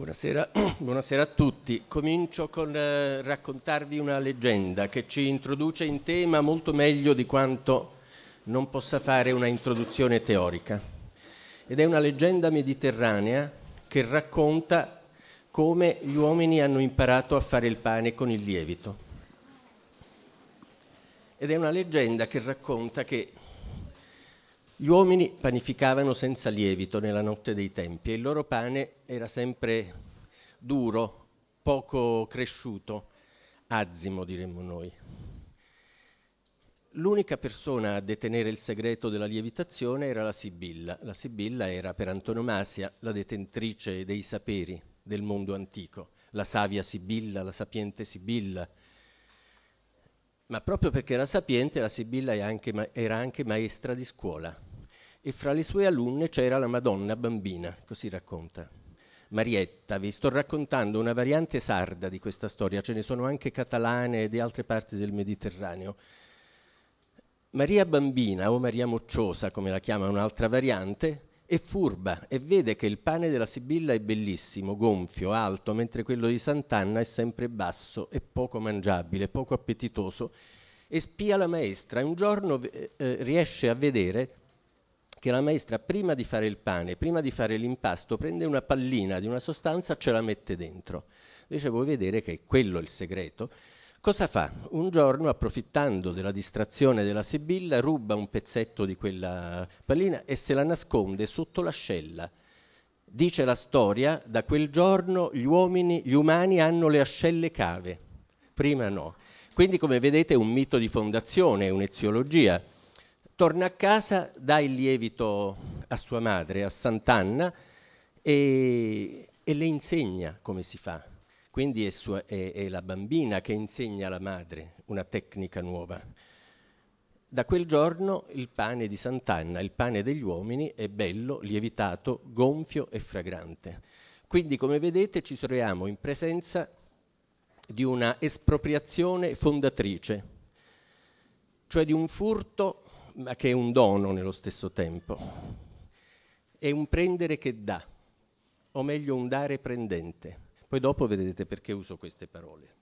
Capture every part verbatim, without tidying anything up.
Buonasera, buonasera a tutti. Comincio con eh, raccontarvi una leggenda che ci introduce in tema molto meglio di quanto non possa fare una introduzione teorica. Ed è una leggenda mediterranea che racconta come gli uomini hanno imparato a fare il pane con il lievito. Ed è una leggenda che racconta che gli uomini panificavano senza lievito nella notte dei tempi e il loro pane era sempre duro, poco cresciuto, azimo diremmo noi. L'unica persona a detenere il segreto della lievitazione era la Sibilla. La Sibilla era per antonomasia la detentrice dei saperi del mondo antico, la savia Sibilla, la sapiente Sibilla. Ma proprio perché era sapiente, la Sibilla era anche, ma- era anche maestra di scuola. E fra le sue alunne c'era la Madonna bambina, così racconta. Marietta, vi sto raccontando una variante sarda di questa storia, ce ne sono anche catalane e di altre parti del Mediterraneo. Maria bambina, o Maria mocciosa, come la chiama un'altra variante, è furba e vede che il pane della Sibilla è bellissimo, gonfio, alto, mentre quello di Sant'Anna è sempre basso e poco mangiabile, poco appetitoso, e spia la maestra e un giorno eh, eh, riesce a vedere che la maestra prima di fare il pane, prima di fare l'impasto, prende una pallina di una sostanza e ce la mette dentro. Invece vuoi vedere che quello è il segreto. Cosa fa? Un giorno, approfittando della distrazione della Sibilla, ruba un pezzetto di quella pallina e se la nasconde sotto l'ascella. Dice la storia, da quel giorno gli uomini, gli umani hanno le ascelle cave, prima no. Quindi come vedete è un mito di fondazione, è un'eziologia. Torna a casa, dà il lievito a sua madre, a Sant'Anna, e, e le insegna come si fa. Quindi è, sua, è, è la bambina che insegna alla madre una tecnica nuova. Da quel giorno il pane di Sant'Anna, il pane degli uomini, è bello, lievitato, gonfio e fragrante. Quindi, come vedete, ci troviamo in presenza di una espropriazione fondatrice, cioè di un furto ma che è un dono nello stesso tempo. È un prendere che dà, o meglio un dare prendente. Poi dopo vedrete perché uso queste parole.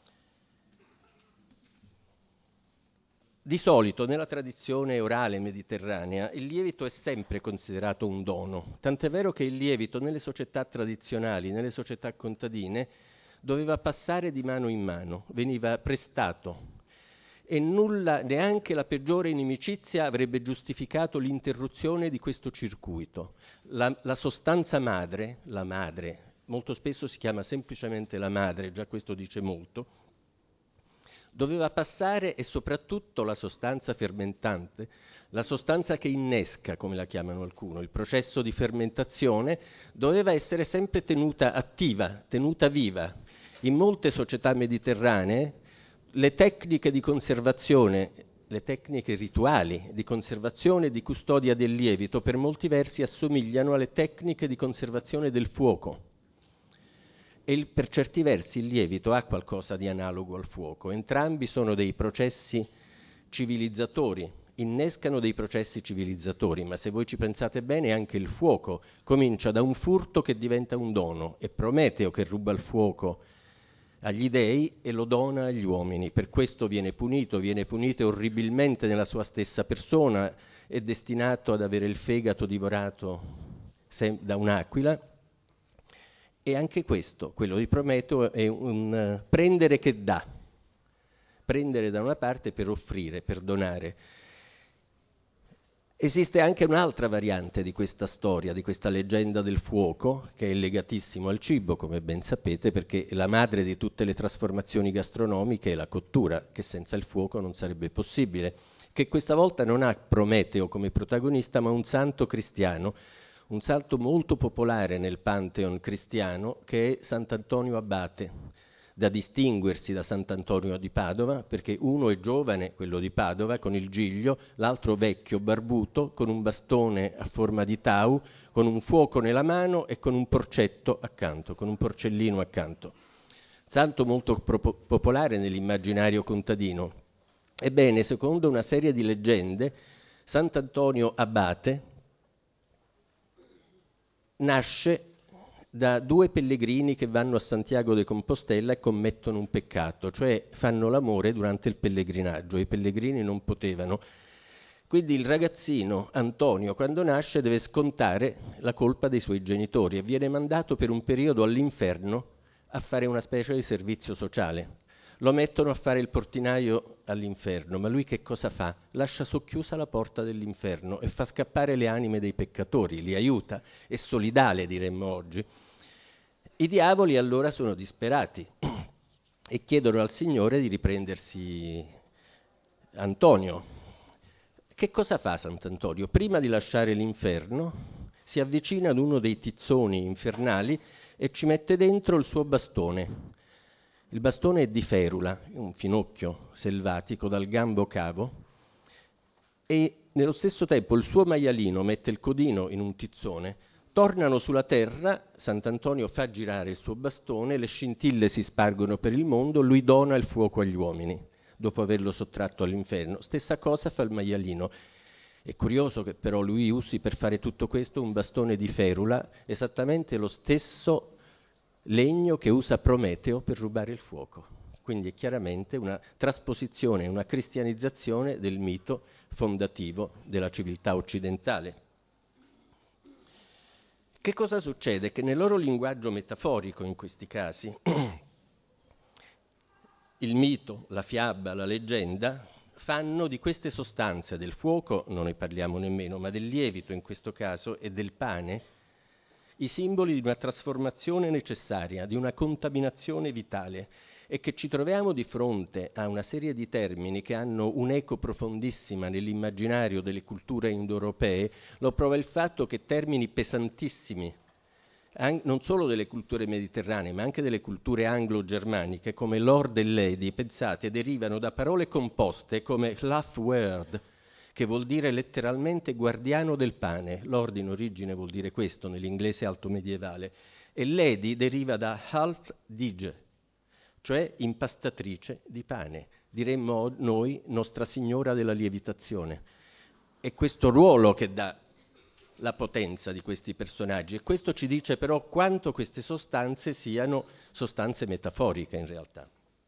Di solito nella tradizione orale mediterranea il lievito è sempre considerato un dono, tant'è vero che il lievito nelle società tradizionali, nelle società contadine, doveva passare di mano in mano, veniva prestato. E nulla, neanche la peggiore inimicizia avrebbe giustificato l'interruzione di questo circuito. La, la sostanza madre, la madre, molto spesso si chiama semplicemente la madre, già questo dice molto, doveva passare e soprattutto la sostanza fermentante, la sostanza che innesca, come la chiamano alcuni, il processo di fermentazione, doveva essere sempre tenuta attiva, tenuta viva. In molte società mediterranee le tecniche di conservazione, le tecniche rituali di conservazione e di custodia del lievito per molti versi assomigliano alle tecniche di conservazione del fuoco. E il, per certi versi il lievito ha qualcosa di analogo al fuoco. Entrambi sono dei processi civilizzatori, innescano dei processi civilizzatori, ma se voi ci pensate bene anche il fuoco comincia da un furto che diventa un dono. È Prometeo che ruba il fuoco agli dei e lo dona agli uomini. Per questo viene punito, viene punito orribilmente nella sua stessa persona, è destinato ad avere il fegato divorato da un'aquila. E anche questo, quello di Prometeo, è un uh, prendere che dà, prendere da una parte per offrire, per donare. Esiste anche un'altra variante di questa storia, di questa leggenda del fuoco, che è legatissimo al cibo, come ben sapete, perché la madre di tutte le trasformazioni gastronomiche è la cottura, che senza il fuoco non sarebbe possibile, che questa volta non ha Prometeo come protagonista, ma un santo cristiano, un santo molto popolare nel pantheon cristiano, che è Sant'Antonio Abate, da distinguersi da Sant'Antonio di Padova, perché uno è giovane, quello di Padova, con il giglio, l'altro vecchio, barbuto, con un bastone a forma di tau, con un fuoco nella mano e con un porcetto accanto, con un porcellino accanto. Santo molto pro- popolare nell'immaginario contadino. Ebbene, secondo una serie di leggende, Sant'Antonio Abate nasce da due pellegrini che vanno a Santiago de Compostela e commettono un peccato, cioè fanno l'amore durante il pellegrinaggio. I pellegrini non potevano. Quindi il ragazzino Antonio, quando nasce, deve scontare la colpa dei suoi genitori e viene mandato per un periodo all'inferno a fare una specie di servizio sociale. Lo mettono a fare il portinaio all'inferno, ma lui che cosa fa? Lascia socchiusa la porta dell'inferno e fa scappare le anime dei peccatori, li aiuta, è solidale, diremmo oggi. I diavoli allora sono disperati e chiedono al Signore di riprendersi Antonio. Che cosa fa Sant'Antonio? Prima di lasciare l'inferno, si avvicina ad uno dei tizzoni infernali e ci mette dentro il suo bastone. Il bastone è di ferula, un finocchio selvatico dal gambo cavo, e nello stesso tempo il suo maialino mette il codino in un tizzone, tornano sulla terra, Sant'Antonio fa girare il suo bastone, le scintille si spargono per il mondo, lui dona il fuoco agli uomini, dopo averlo sottratto all'inferno. Stessa cosa fa il maialino. È curioso che però lui usi per fare tutto questo un bastone di ferula, esattamente lo stesso legno che usa Prometeo per rubare il fuoco. Quindi è chiaramente una trasposizione, una cristianizzazione del mito fondativo della civiltà occidentale. Che cosa succede? Che nel loro linguaggio metaforico, in questi casi, il mito, la fiaba, la leggenda fanno di queste sostanze, del fuoco non ne parliamo nemmeno, ma del lievito in questo caso e del pane, i simboli di una trasformazione necessaria, di una contaminazione vitale, e che ci troviamo di fronte a una serie di termini che hanno un'eco profondissima nell'immaginario delle culture indoeuropee, lo prova il fatto che termini pesantissimi, non solo delle culture mediterranee, ma anche delle culture anglo-germaniche, come lord e lady, pensate, derivano da parole composte come Hlafwerd, che vuol dire letteralmente guardiano del pane. Lord in origine vuol dire questo, nell'inglese alto medievale. E lady deriva da half dige, cioè impastatrice di pane. Diremmo noi Nostra Signora della Lievitazione. È questo ruolo che dà la potenza di questi personaggi, e questo ci dice però quanto queste sostanze siano sostanze metaforiche in realtà.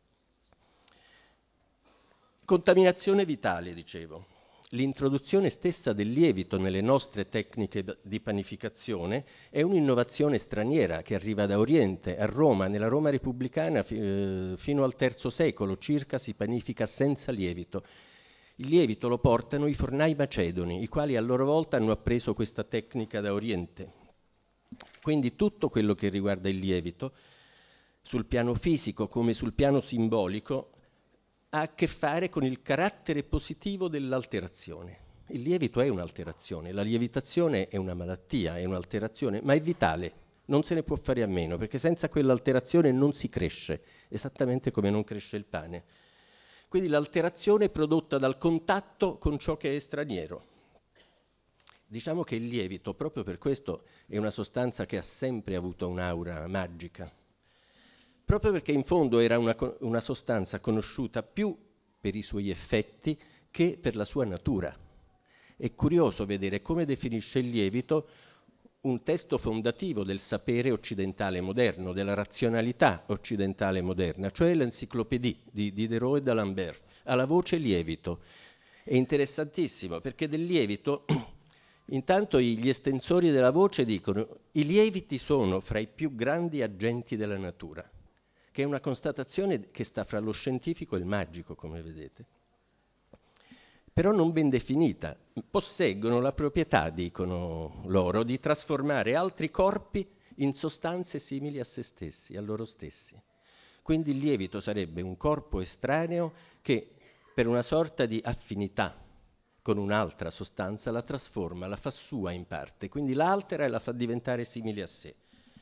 Contaminazione vitale, dicevo. L'introduzione stessa del lievito nelle nostre tecniche di panificazione è un'innovazione straniera che arriva da Oriente. A Roma, nella Roma repubblicana, eh, fino al terzo secolo circa si panifica senza lievito. Il lievito lo portano i fornai macedoni, i quali a loro volta hanno appreso questa tecnica da Oriente. Quindi tutto quello che riguarda il lievito, sul piano fisico come sul piano simbolico, ha a che fare con il carattere positivo dell'alterazione. Il lievito è un'alterazione, la lievitazione è una malattia, è un'alterazione, ma è vitale, non se ne può fare a meno, perché senza quell'alterazione non si cresce, esattamente come non cresce il pane. Quindi l'alterazione è prodotta dal contatto con ciò che è straniero. Diciamo che il lievito, proprio per questo, è una sostanza che ha sempre avuto un'aura magica. Proprio perché in fondo era una, una sostanza conosciuta più per i suoi effetti che per la sua natura. È curioso vedere come definisce il lievito un testo fondativo del sapere occidentale moderno, della razionalità occidentale moderna, cioè l'Encyclopédie di Diderot e d'Alembert, alla voce lievito. È interessantissimo perché del lievito, intanto gli estensori della voce dicono i lieviti sono fra i più grandi agenti della natura, che è una constatazione che sta fra lo scientifico e il magico, come vedete. Però non ben definita. Posseggono la proprietà, dicono loro, di trasformare altri corpi in sostanze simili a se stessi, a loro stessi. Quindi il lievito sarebbe un corpo estraneo che per una sorta di affinità con un'altra sostanza la trasforma, la fa sua in parte, quindi la altera e la fa diventare simile a sé.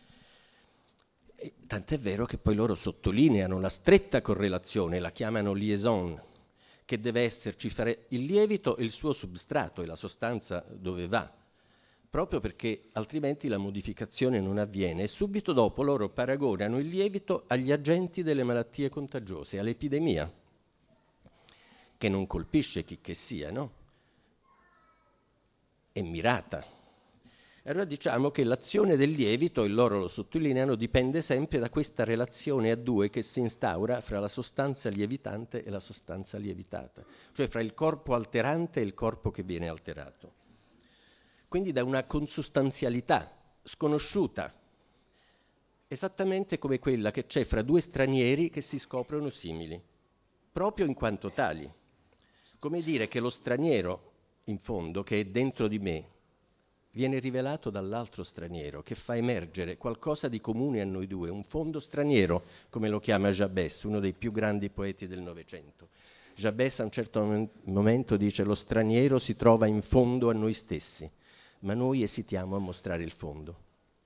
E tant'è vero che poi loro sottolineano la stretta correlazione, la chiamano liaison, che deve esserci fra il lievito e il suo substrato e la sostanza dove va, proprio perché altrimenti la modificazione non avviene. E subito dopo loro paragonano il lievito agli agenti delle malattie contagiose, all'epidemia, che non colpisce chi che sia, no? È mirata. E allora diciamo che l'azione del lievito, e loro lo sottolineano, dipende sempre da questa relazione a due che si instaura fra la sostanza lievitante e la sostanza lievitata, cioè fra il corpo alterante e il corpo che viene alterato. Quindi da una consustanzialità sconosciuta, esattamente come quella che c'è fra due stranieri che si scoprono simili, proprio in quanto tali. Come dire che lo straniero, in fondo, che è dentro di me, viene rivelato dall'altro straniero, che fa emergere qualcosa di comune a noi due, un fondo straniero, come lo chiama Jabès, uno dei più grandi poeti del Novecento. Jabès a un certo momento dice: lo straniero si trova in fondo a noi stessi, ma noi esitiamo a mostrare il fondo.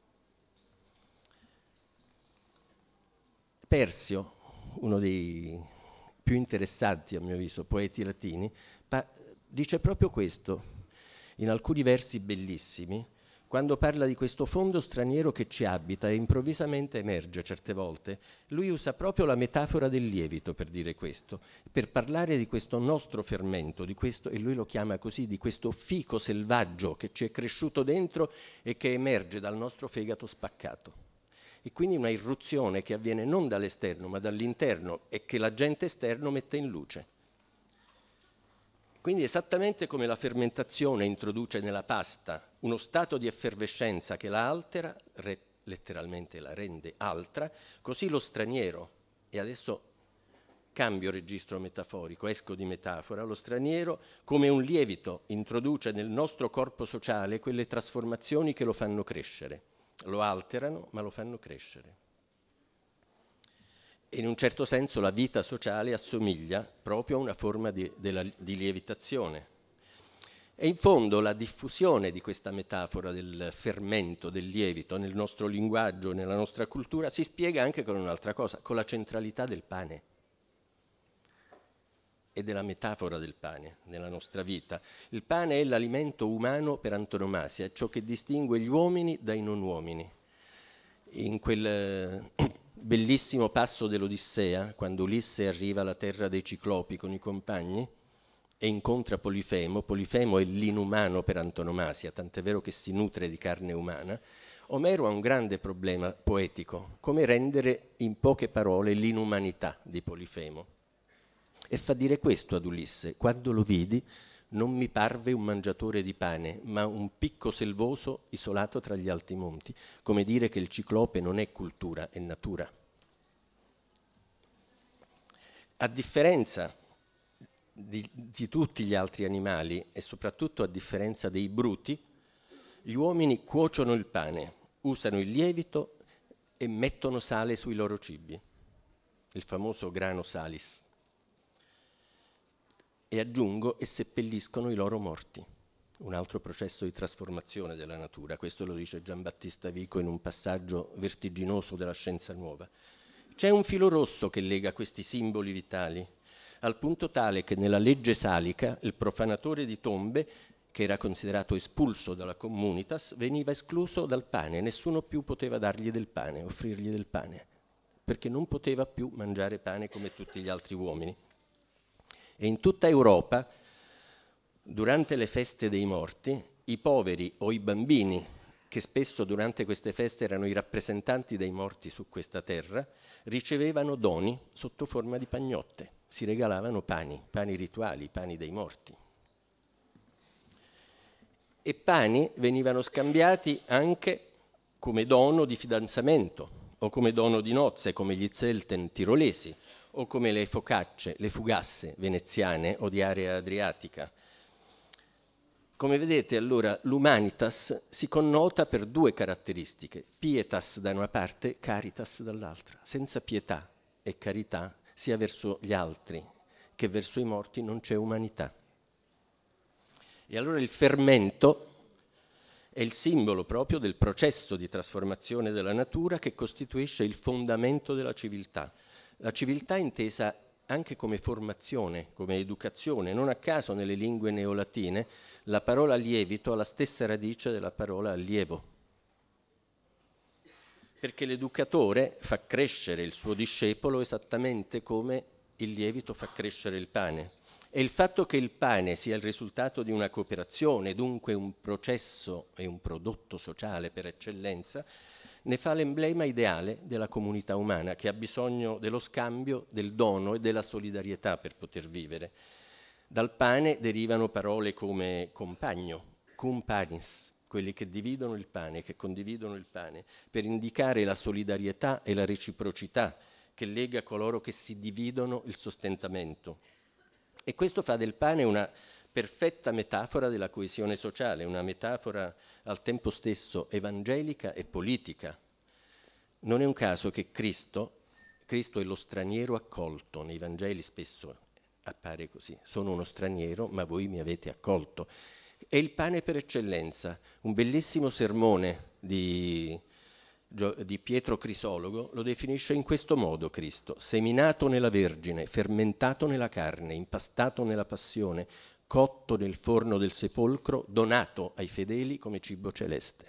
Persio, uno dei più interessanti a mio avviso poeti latini, pa- dice proprio questo in alcuni versi bellissimi, quando parla di questo fondo straniero che ci abita e improvvisamente emerge certe volte. Lui usa proprio la metafora del lievito per dire questo, per parlare di questo nostro fermento, di questo, e lui lo chiama così, di questo fico selvaggio che ci è cresciuto dentro e che emerge dal nostro fegato spaccato. E quindi una irruzione che avviene non dall'esterno ma dall'interno e che l'agente esterno mette in luce. Quindi esattamente come la fermentazione introduce nella pasta uno stato di effervescenza che la altera, re- letteralmente la rende altra, così lo straniero, e adesso cambio registro metaforico, esco di metafora, lo straniero come un lievito introduce nel nostro corpo sociale quelle trasformazioni che lo fanno crescere. Lo alterano, ma lo fanno crescere. E in un certo senso la vita sociale assomiglia proprio a una forma di, della, di lievitazione. E in fondo la diffusione di questa metafora del fermento, del lievito, nel nostro linguaggio, nella nostra cultura, si spiega anche con un'altra cosa, con la centralità del pane e della metafora del pane nella nostra vita. Il pane è l'alimento umano per antonomasia, è ciò che distingue gli uomini dai non uomini. In quel eh, bellissimo passo dell'Odissea, quando Ulisse arriva alla terra dei Ciclopi con i compagni e incontra Polifemo, Polifemo è l'inumano per antonomasia, tant'è vero che si nutre di carne umana. Omero ha un grande problema poetico, come rendere in poche parole l'inumanità di Polifemo. E fa dire questo ad Ulisse: quando lo vidi non mi parve un mangiatore di pane, ma un picco selvoso isolato tra gli alti monti, come dire che il ciclope non è cultura, è natura. A differenza di, di tutti gli altri animali, e soprattutto a differenza dei bruti, gli uomini cuociono il pane, usano il lievito e mettono sale sui loro cibi, il famoso grano salis. E aggiungo, e seppelliscono i loro morti. Un altro processo di trasformazione della natura, questo lo dice Giambattista Vico in un passaggio vertiginoso della Scienza Nuova. C'è un filo rosso che lega questi simboli vitali, al punto tale che nella legge salica il profanatore di tombe, che era considerato espulso dalla communitas, veniva escluso dal pane, nessuno più poteva dargli del pane, offrirgli del pane, perché non poteva più mangiare pane come tutti gli altri uomini. E in tutta Europa, durante le feste dei morti, i poveri o i bambini, che spesso durante queste feste erano i rappresentanti dei morti su questa terra, ricevevano doni sotto forma di pagnotte. Si regalavano pani, pani rituali, pani dei morti. E pani venivano scambiati anche come dono di fidanzamento o come dono di nozze, come gli Zelten tirolesi, o come le focacce, le fugasse veneziane o di area adriatica. Come vedete, allora, l'humanitas si connota per due caratteristiche: pietas da una parte, caritas dall'altra. Senza pietà e carità, sia verso gli altri che verso i morti, non c'è umanità. E allora il fermento è il simbolo proprio del processo di trasformazione della natura che costituisce il fondamento della civiltà. La civiltà intesa anche come formazione, come educazione. Non a caso nelle lingue neolatine la parola lievito ha la stessa radice della parola allievo, perché l'educatore fa crescere il suo discepolo esattamente come il lievito fa crescere il pane. E il fatto che il pane sia il risultato di una cooperazione, dunque un processo e un prodotto sociale per eccellenza, ne fa l'emblema ideale della comunità umana che ha bisogno dello scambio, del dono e della solidarietà per poter vivere. Dal pane derivano parole come compagno, cum panis, quelli che dividono il pane, che condividono il pane, per indicare la solidarietà e la reciprocità che lega coloro che si dividono il sostentamento. E questo fa del pane una perfetta metafora della coesione sociale, una metafora al tempo stesso evangelica e politica. Non è un caso che Cristo, Cristo è lo straniero accolto, nei Vangeli spesso appare così, sono uno straniero ma voi mi avete accolto. È il pane per eccellenza, un bellissimo sermone di, di Pietro Crisologo lo definisce in questo modo Cristo: seminato nella Vergine, fermentato nella carne, impastato nella passione, cotto nel forno del sepolcro, donato ai fedeli come cibo celeste.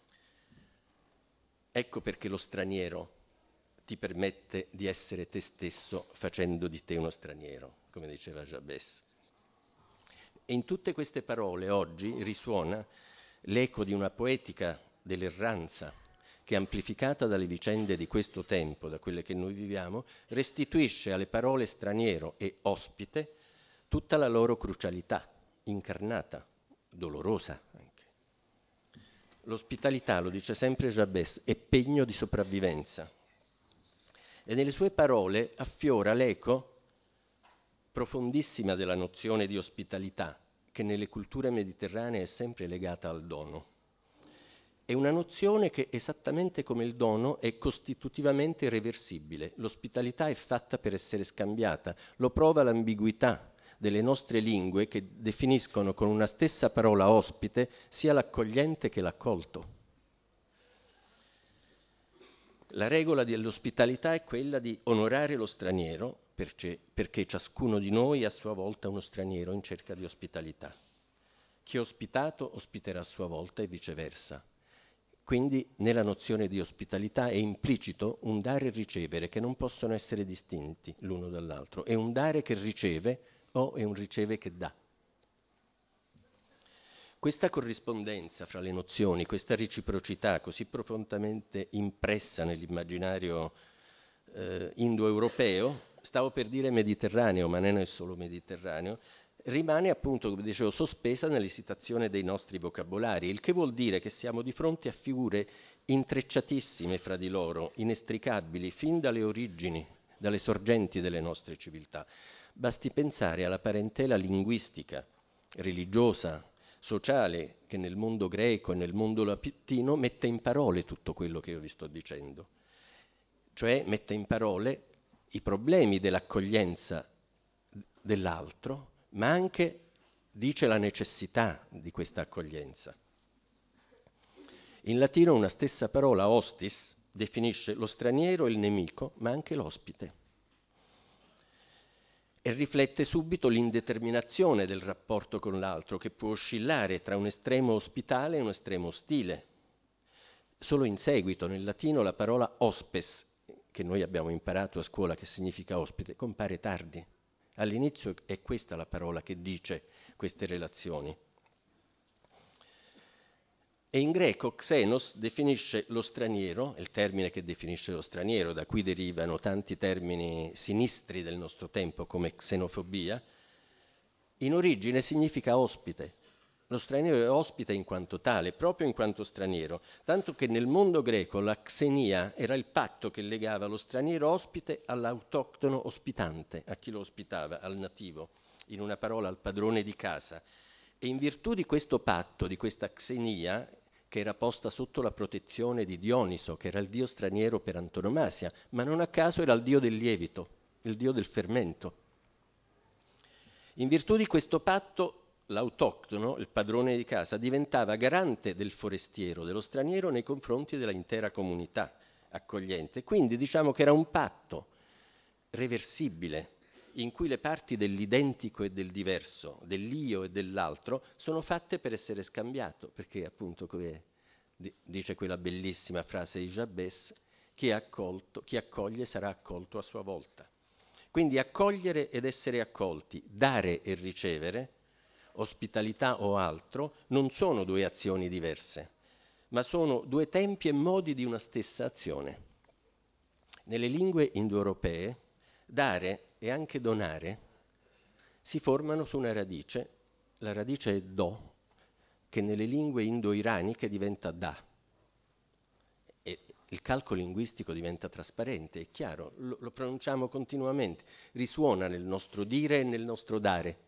Ecco perché lo straniero ti permette di essere te stesso facendo di te uno straniero, come diceva Jabez. E in tutte queste parole oggi risuona l'eco di una poetica dell'erranza che, amplificata dalle vicende di questo tempo, da quelle che noi viviamo, restituisce alle parole straniero e ospite tutta la loro crucialità, incarnata, dolorosa anche. L'ospitalità, lo dice sempre Jabez, è pegno di sopravvivenza. E nelle sue parole affiora l'eco profondissima della nozione di ospitalità, che nelle culture mediterranee è sempre legata al dono. È una nozione che, esattamente come il dono, è costitutivamente reversibile. L'ospitalità è fatta per essere scambiata. Lo prova l'ambiguità delle nostre lingue che definiscono con una stessa parola ospite sia l'accogliente che l'accolto. La regola dell'ospitalità è quella di onorare lo straniero, perché, perché ciascuno di noi è a sua volta uno straniero in cerca di ospitalità. Chi è ospitato ospiterà a sua volta e viceversa. Quindi nella nozione di ospitalità è implicito un dare e ricevere che non possono essere distinti l'uno dall'altro. È un dare che riceve o è un riceve che dà. Questa corrispondenza fra le nozioni, questa reciprocità così profondamente impressa nell'immaginario eh, indoeuropeo, stavo per dire mediterraneo, ma non è solo mediterraneo, rimane appunto, come dicevo, sospesa nell'esitazione dei nostri vocabolari, il che vuol dire che siamo di fronte a figure intrecciatissime fra di loro, inestricabili, fin dalle origini, dalle sorgenti delle nostre civiltà. Basti pensare alla parentela linguistica, religiosa, sociale che nel mondo greco e nel mondo latino mette in parole tutto quello che io vi sto dicendo, cioè mette in parole i problemi dell'accoglienza dell'altro, ma anche dice la necessità di questa accoglienza. In latino una stessa parola, hostis, definisce lo straniero e il nemico, ma anche l'ospite. E riflette subito l'indeterminazione del rapporto con l'altro, che può oscillare tra un estremo ospitale e un estremo ostile. Solo in seguito, nel latino, la parola hospes, che noi abbiamo imparato a scuola che significa ospite, compare tardi. All'inizio è questa la parola che dice queste relazioni. E in greco xenos definisce lo straniero, è il termine che definisce lo straniero, da cui derivano tanti termini sinistri del nostro tempo come xenofobia, in origine significa ospite. Lo straniero è ospite in quanto tale, proprio in quanto straniero, tanto che nel mondo greco la xenia era il patto che legava lo straniero ospite all'autoctono ospitante, a chi lo ospitava, al nativo, in una parola al padrone di casa. E in virtù di questo patto, di questa xenia, che era posta sotto la protezione di Dioniso, che era il dio straniero per antonomasia, ma non a caso era il dio del lievito, il dio del fermento. In virtù di questo patto, l'autoctono, il padrone di casa, diventava garante del forestiero, dello straniero, nei confronti dell'intera comunità accogliente. Quindi diciamo che era un patto reversibile, in cui le parti dell'identico e del diverso, dell'io e dell'altro, sono fatte per essere scambiato, perché appunto, come dice quella bellissima frase di Jabez, chi, accolto, chi accoglie sarà accolto a sua volta. Quindi accogliere ed essere accolti, dare e ricevere, ospitalità o altro, non sono due azioni diverse, ma sono due tempi e modi di una stessa azione. Nelle lingue indoeuropee, dare e anche donare si formano su una radice, la radice è do, che nelle lingue indo-iraniche diventa da. E il calcolo linguistico diventa trasparente, è chiaro, lo, lo pronunciamo continuamente, risuona nel nostro dire e nel nostro dare.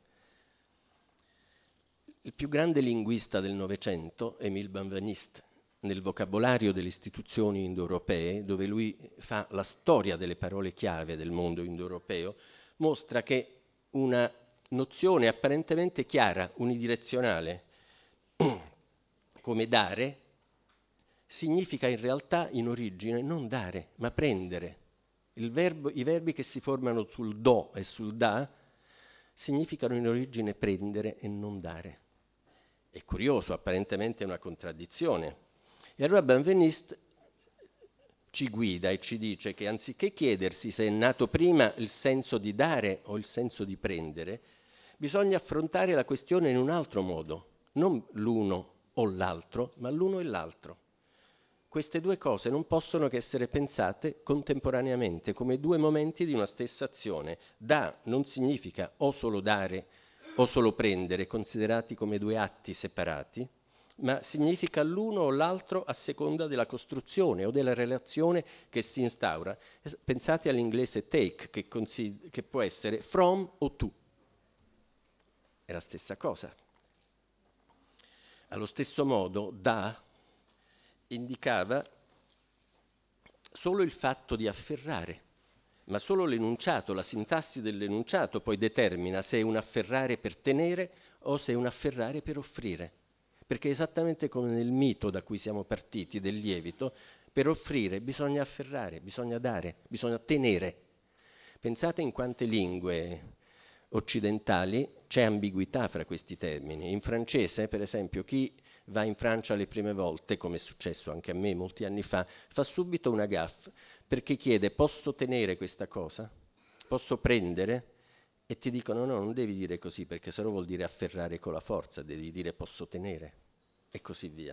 Il più grande linguista del Novecento, Émile Benveniste, nel vocabolario delle istituzioni indoeuropee, dove lui fa la storia delle parole chiave del mondo indoeuropeo, mostra che una nozione apparentemente chiara, unidirezionale, come dare, significa in realtà in origine non dare, ma prendere. Il verbo, I verbi che si formano sul do e sul da significano in origine prendere e non dare. È curioso, apparentemente è una contraddizione. E allora Benveniste ci guida e ci dice che anziché chiedersi se è nato prima il senso di dare o il senso di prendere, bisogna affrontare la questione in un altro modo, non l'uno o l'altro, ma l'uno e l'altro. Queste due cose non possono che essere pensate contemporaneamente come due momenti di una stessa azione. Da non significa o solo dare o solo prendere, considerati come due atti separati, ma significa l'uno o l'altro a seconda della costruzione o della relazione che si instaura. Pensate all'inglese take, che, consi- che può essere from o to. È la stessa cosa. Allo stesso modo, da indicava solo il fatto di afferrare, ma solo l'enunciato, la sintassi dell'enunciato poi determina se è un afferrare per tenere o se è un afferrare per offrire. Perché esattamente come nel mito da cui siamo partiti, del lievito, per offrire bisogna afferrare, bisogna dare, bisogna tenere. Pensate in quante lingue occidentali c'è ambiguità fra questi termini. In francese, per esempio, chi va in Francia le prime volte, come è successo anche a me molti anni fa, fa subito una gaffe perché chiede: posso tenere questa cosa? Posso prendere? E ti dicono: no, non devi dire così, perché sennò vuol dire afferrare con la forza, devi dire posso tenere, e così via.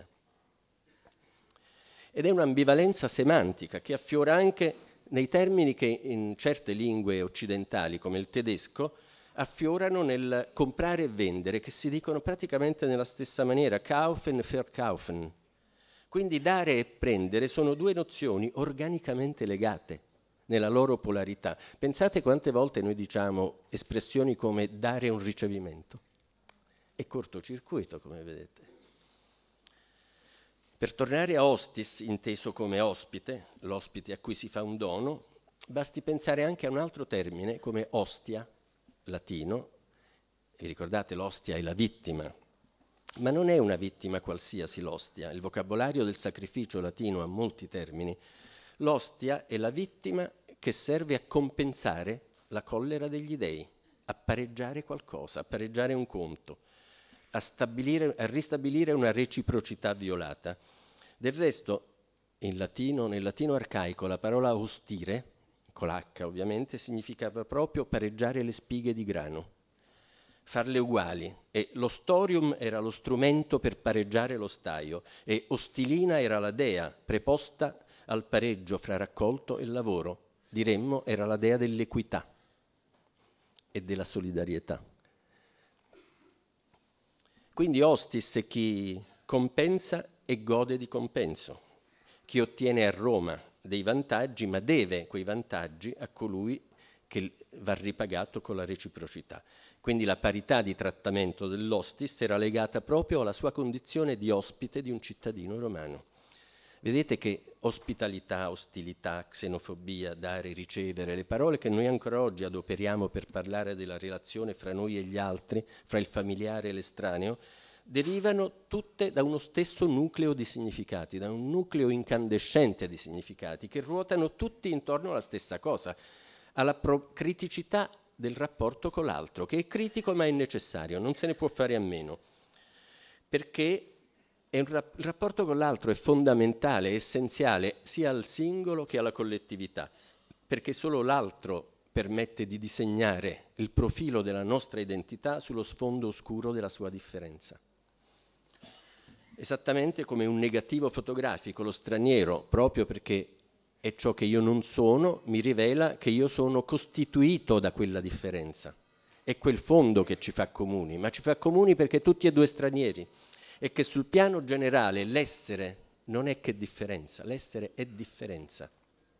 Ed è un'ambivalenza semantica che affiora anche nei termini che in certe lingue occidentali, come il tedesco, affiorano nel comprare e vendere, che si dicono praticamente nella stessa maniera, kaufen e verkaufen. Quindi dare e prendere sono due nozioni organicamente legate nella loro polarità. Pensate quante volte noi diciamo espressioni come dare un ricevimento. È cortocircuito, come vedete. Per tornare a hostis, inteso come ospite, l'ospite a cui si fa un dono, basti pensare anche a un altro termine come ostia, latino. Vi ricordate, l'ostia è la vittima, ma non è una vittima qualsiasi l'ostia. Il vocabolario del sacrificio latino ha molti termini. L'ostia è la vittima che serve a compensare la collera degli dei, a pareggiare qualcosa, a pareggiare un conto, a, stabilire, a ristabilire una reciprocità violata. Del resto, in latino, nel latino arcaico, la parola ostire, con l'H ovviamente, significava proprio pareggiare le spighe di grano, farle uguali, e l'ostorium era lo strumento per pareggiare lo staio, e ostilina era la dea preposta al pareggio fra raccolto e lavoro. Diremmo era la dea dell'equità e della solidarietà. Quindi hostis è chi compensa e gode di compenso, chi ottiene a Roma dei vantaggi, ma deve quei vantaggi a colui che va ripagato con la reciprocità. Quindi la parità di trattamento dell'hostis era legata proprio alla sua condizione di ospite di un cittadino romano. Vedete che ospitalità, ostilità, xenofobia, dare, ricevere, le parole che noi ancora oggi adoperiamo per parlare della relazione fra noi e gli altri, fra il familiare e l'estraneo, derivano tutte da uno stesso nucleo di significati, da un nucleo incandescente di significati, che ruotano tutti intorno alla stessa cosa, alla pro- criticità del rapporto con l'altro, che è critico ma è necessario, non se ne può fare a meno, perché è un rap- il rapporto con l'altro è fondamentale, è essenziale sia al singolo che alla collettività, perché solo l'altro permette di disegnare il profilo della nostra identità sullo sfondo oscuro della sua differenza. Esattamente come un negativo fotografico, lo straniero, proprio perché è ciò che io non sono, mi rivela che io sono costituito da quella differenza. È quel fondo che ci fa comuni, ma ci fa comuni perché tutti e due stranieri, e che sul piano generale l'essere non è che differenza, l'essere è differenza.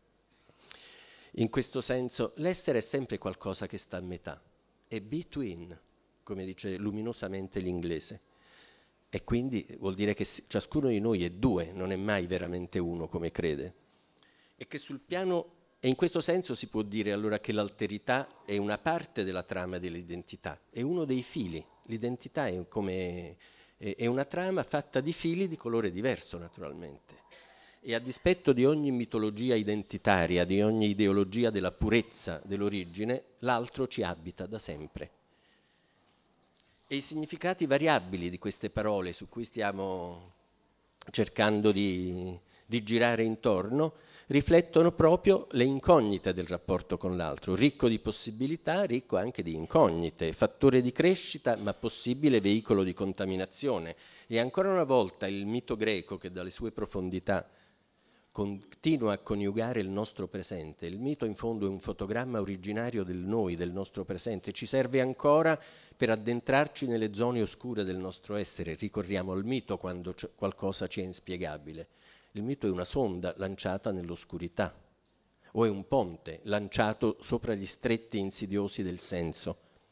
In questo senso l'essere è sempre qualcosa che sta a metà, è between, come dice luminosamente l'inglese. E quindi vuol dire che ciascuno di noi è due, non è mai veramente uno come crede. E che sul piano, e in questo senso si può dire allora che l'alterità è una parte della trama dell'identità, è uno dei fili. L'identità è, come, è una trama fatta di fili di colore diverso naturalmente. E a dispetto di ogni mitologia identitaria, di ogni ideologia della purezza dell'origine, l'altro ci abita da sempre. E i significati variabili di queste parole su cui stiamo cercando di, di girare intorno riflettono proprio le incognite del rapporto con l'altro, ricco di possibilità, ricco anche di incognite, fattore di crescita ma possibile veicolo di contaminazione. E ancora una volta il mito greco, che dalle sue profondità continua a coniugare il nostro presente. Il mito in fondo è un fotogramma originario del noi, del nostro presente, ci serve ancora per addentrarci nelle zone oscure del nostro essere. Ricorriamo al mito quando qualcosa ci è inspiegabile. Il mito è una sonda lanciata nell'oscurità, o è un ponte lanciato sopra gli stretti insidiosi del senso.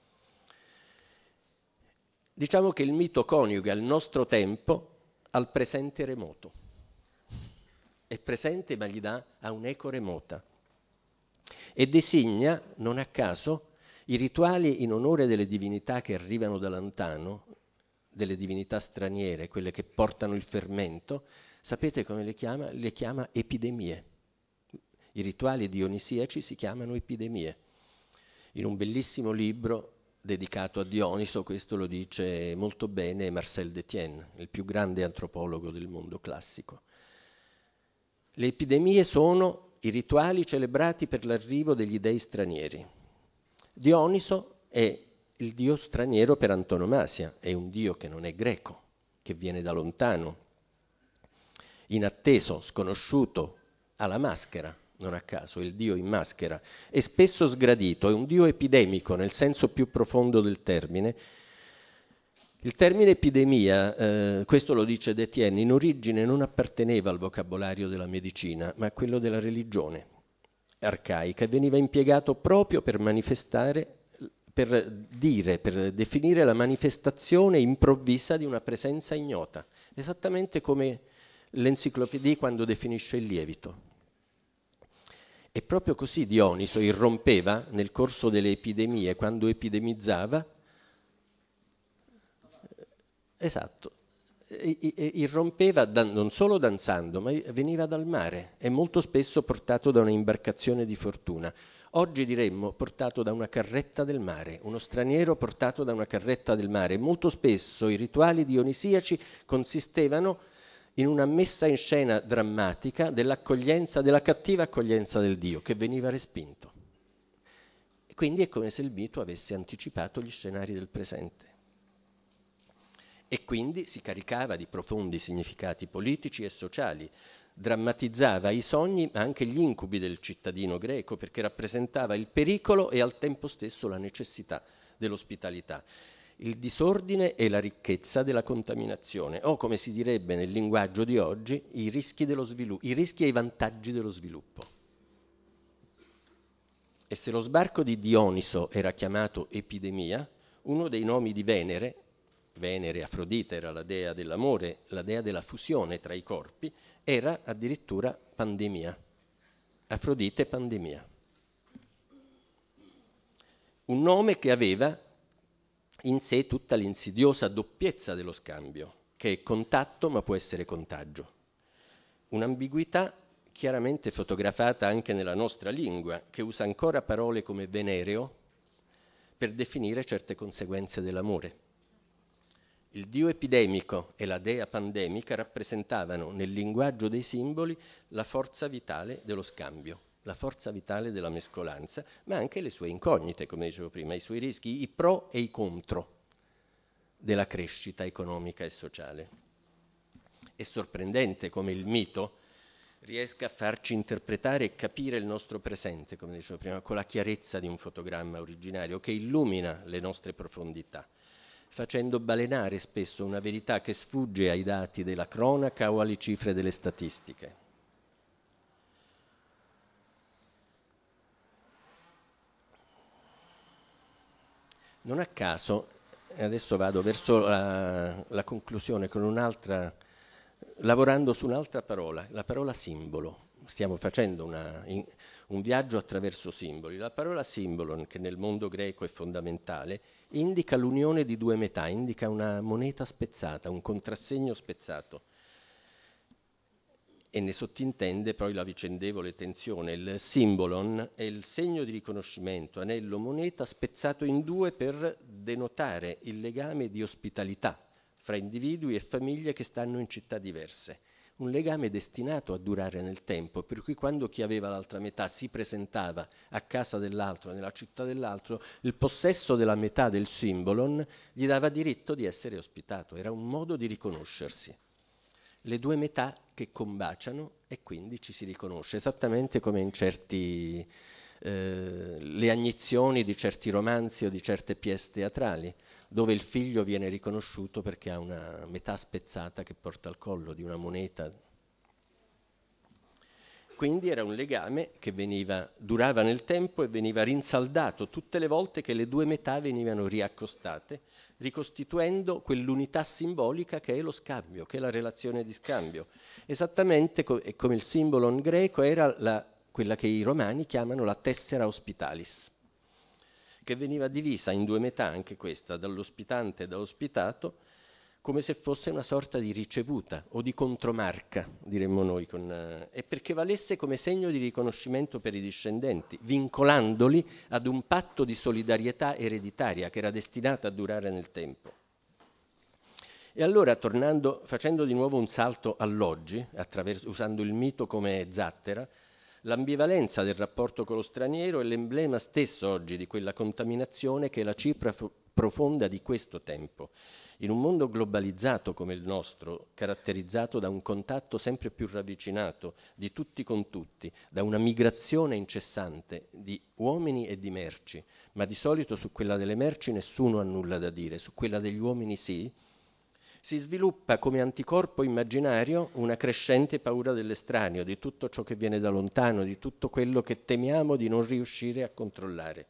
Diciamo che il mito coniuga il nostro tempo al presente remoto. È presente ma gli dà a un'eco remota e designa, non a caso, i rituali in onore delle divinità che arrivano da lontano, delle divinità straniere, quelle che portano il fermento. Sapete come le chiama? Le chiama epidemie. I rituali dionisiaci si chiamano epidemie. In un bellissimo libro dedicato a Dioniso, questo lo dice molto bene Marcel Détienne, il più grande antropologo del mondo classico. Le epidemie sono i rituali celebrati per l'arrivo degli dei stranieri. Dioniso è il dio straniero per antonomasia, è un dio che non è greco, che viene da lontano, inatteso, sconosciuto, ha la maschera, non a caso, è il dio in maschera, è spesso sgradito, è un dio epidemico nel senso più profondo del termine. Il termine epidemia, eh, questo lo dice Détienne, in origine non apparteneva al vocabolario della medicina, ma a quello della religione arcaica e veniva impiegato proprio per manifestare, per dire, per definire la manifestazione improvvisa di una presenza ignota, esattamente come l'enciclopedia quando definisce il lievito. E proprio così Dioniso irrompeva nel corso delle epidemie, quando epidemizzava. Esatto, irrompeva dan- non solo danzando, ma veniva dal mare e molto spesso portato da un'imbarcazione di fortuna. Oggi diremmo portato da una carretta del mare, uno straniero portato da una carretta del mare. Molto spesso i rituali dionisiaci consistevano in una messa in scena drammatica dell'accoglienza, della cattiva accoglienza del Dio che veniva respinto. E quindi è come se il mito avesse anticipato gli scenari del presente. E quindi si caricava di profondi significati politici e sociali, drammatizzava i sogni ma anche gli incubi del cittadino greco perché rappresentava il pericolo e al tempo stesso la necessità dell'ospitalità, il disordine e la ricchezza della contaminazione, o come si direbbe nel linguaggio di oggi, i rischi dello sviluppo, i rischi e i vantaggi dello sviluppo. E se lo sbarco di Dioniso era chiamato epidemia, uno dei nomi di Venere, Venere, Afrodite era la dea dell'amore, la dea della fusione tra i corpi, era addirittura pandemia. Afrodite pandemia. Un nome che aveva in sé tutta l'insidiosa doppiezza dello scambio, che è contatto ma può essere contagio. Un'ambiguità chiaramente fotografata anche nella nostra lingua, che usa ancora parole come venereo per definire certe conseguenze dell'amore. Il dio epidemico e la dea pandemica rappresentavano nel linguaggio dei simboli la forza vitale dello scambio la forza vitale della mescolanza, ma anche le sue incognite, come dicevo prima, i suoi rischi, i pro e i contro della crescita economica e sociale. È sorprendente come il mito riesca a farci interpretare e capire il nostro presente, come dicevo prima, con la chiarezza di un fotogramma originario che illumina le nostre profondità, facendo balenare spesso una verità che sfugge ai dati della cronaca o alle cifre delle statistiche. Non a caso, e adesso vado verso la, la conclusione con un'altra, lavorando su un'altra parola, la parola simbolo. Stiamo facendo una, in, un viaggio attraverso simboli. La parola simbolon, che nel mondo greco è fondamentale, indica l'unione di due metà, indica una moneta spezzata, un contrassegno spezzato. E ne sottintende poi la vicendevole tensione. Il simbolon è il segno di riconoscimento, anello moneta spezzato in due per denotare il legame di ospitalità fra individui e famiglie che stanno in città diverse. Un legame destinato a durare nel tempo, per cui quando chi aveva l'altra metà si presentava a casa dell'altro, nella città dell'altro, il possesso della metà del simbolon gli dava diritto di essere ospitato, era un modo di riconoscersi. Le due metà che combaciano e quindi ci si riconosce, esattamente come in certi, eh, le agnizioni di certi romanzi o di certe pièce teatrali, dove il figlio viene riconosciuto perché ha una metà spezzata che porta al collo di una moneta. Quindi era un legame che veniva, durava nel tempo e veniva rinsaldato tutte le volte che le due metà venivano riaccostate, ricostituendo quell'unità simbolica che è lo scambio, che è la relazione di scambio. Esattamente co- come il simbolo in greco era la, quella che i romani chiamano la tessera hospitalis, che veniva divisa in due metà, anche questa, dall'ospitante e dall'ospitato, come se fosse una sorta di ricevuta o di contromarca, diremmo noi, con, eh, e perché valesse come segno di riconoscimento per i discendenti, vincolandoli ad un patto di solidarietà ereditaria che era destinata a durare nel tempo. E allora, tornando, facendo di nuovo un salto all'oggi, usando il mito come zattera, l'ambivalenza del rapporto con lo straniero è l'emblema stesso oggi di quella contaminazione che è la cifra profonda di questo tempo. In un mondo globalizzato come il nostro, caratterizzato da un contatto sempre più ravvicinato di tutti con tutti, da una migrazione incessante di uomini e di merci, ma di solito su quella delle merci nessuno ha nulla da dire, su quella degli uomini sì, si sviluppa come anticorpo immaginario una crescente paura dell'estraneo, di tutto ciò che viene da lontano, di tutto quello che temiamo di non riuscire a controllare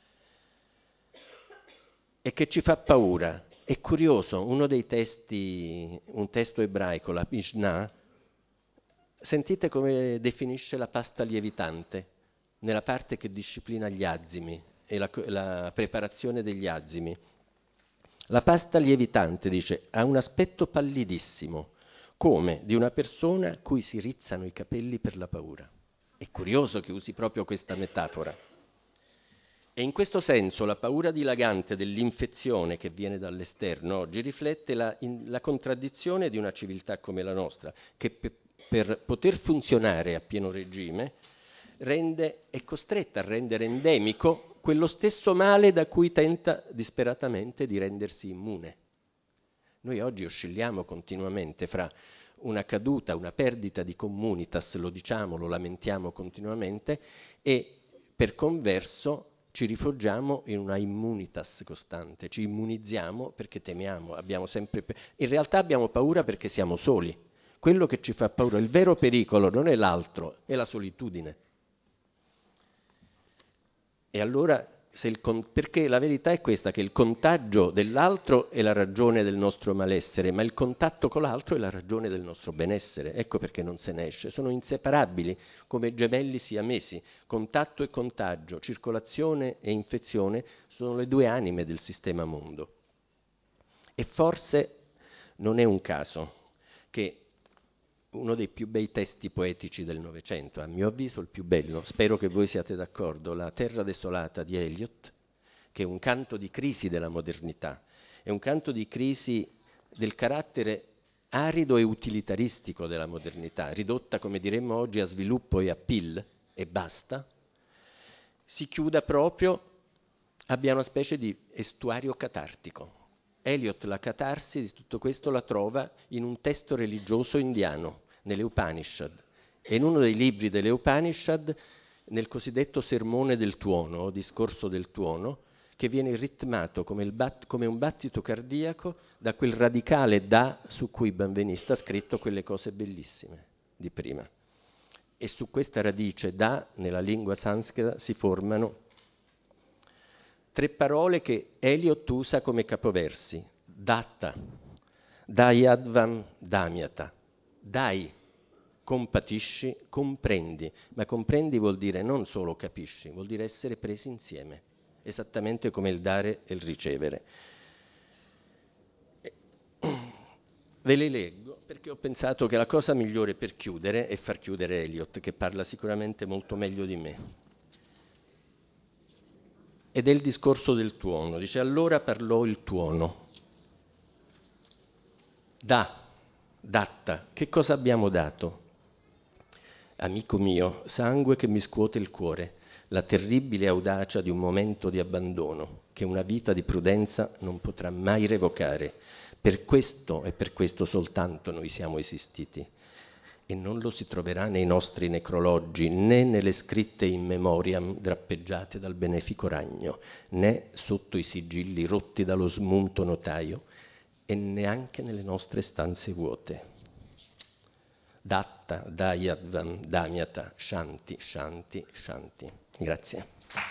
e che ci fa paura. È curioso, uno dei testi, un testo ebraico, la Mishnah, sentite come definisce la pasta lievitante nella parte che disciplina gli azimi e la, la preparazione degli azimi. La pasta lievitante, dice, ha un aspetto pallidissimo, come di una persona a cui si rizzano i capelli per la paura. È curioso che usi proprio questa metafora. E in questo senso la paura dilagante dell'infezione che viene dall'esterno oggi riflette la, in, la contraddizione di una civiltà come la nostra, che pe, per poter funzionare a pieno regime rende, è costretta a rendere endemico quello stesso male da cui tenta disperatamente di rendersi immune. Noi oggi oscilliamo continuamente fra una caduta, una perdita di communitas, lo diciamo, lo lamentiamo continuamente, e per converso ci rifugiamo in una immunitas costante, ci immunizziamo perché temiamo, abbiamo sempre pe- in realtà abbiamo paura perché siamo soli. Quello che ci fa paura, il vero pericolo non è l'altro, è la solitudine. E allora, se il con- perché la verità è questa, che il contagio dell'altro è la ragione del nostro malessere, ma il contatto con l'altro è la ragione del nostro benessere. Ecco perché non se ne esce. Sono inseparabili, come gemelli siamesi. Contatto e contagio, circolazione e infezione sono le due anime del sistema mondo. E forse non è un caso che uno dei più bei testi poetici del Novecento, a mio avviso il più bello, spero che voi siate d'accordo, La terra desolata di Eliot, che è un canto di crisi della modernità, è un canto di crisi del carattere arido e utilitaristico della modernità, ridotta, come diremmo oggi, a sviluppo e a pill, e basta, si chiuda proprio, abbia una specie di estuario catartico. Eliot la catarsi di tutto questo la trova in un testo religioso indiano, nelle Upanishad, e in uno dei libri delle Upanishad, nel cosiddetto sermone del tuono, o discorso del tuono, che viene ritmato come, il bat- come un battito cardiaco da quel radicale da su cui Benveniste ha scritto quelle cose bellissime di prima. E su questa radice da, nella lingua sanscrita, si formano tre parole che Eliot usa come capoversi. Datta, dayadvam damiata. Dai, compatisci, comprendi. Ma comprendi vuol dire non solo capisci, vuol dire essere presi insieme, esattamente come il dare e il ricevere. Ve le leggo perché ho pensato che la cosa migliore per chiudere è far chiudere Eliot, che parla sicuramente molto meglio di me. Ed è il discorso del tuono. Dice: allora parlò il tuono. Da, datta, che cosa abbiamo dato? Amico mio, sangue che mi scuote il cuore, la terribile audacia di un momento di abbandono che una vita di prudenza non potrà mai revocare. Per questo e per questo soltanto noi siamo esistiti. E non lo si troverà nei nostri necrologi, né nelle scritte in memoriam drappeggiate dal benefico ragno, né sotto i sigilli rotti dallo smunto notaio, e neanche nelle nostre stanze vuote. Datta, dayadvam, damiata, shanti, shanti, shanti. Grazie.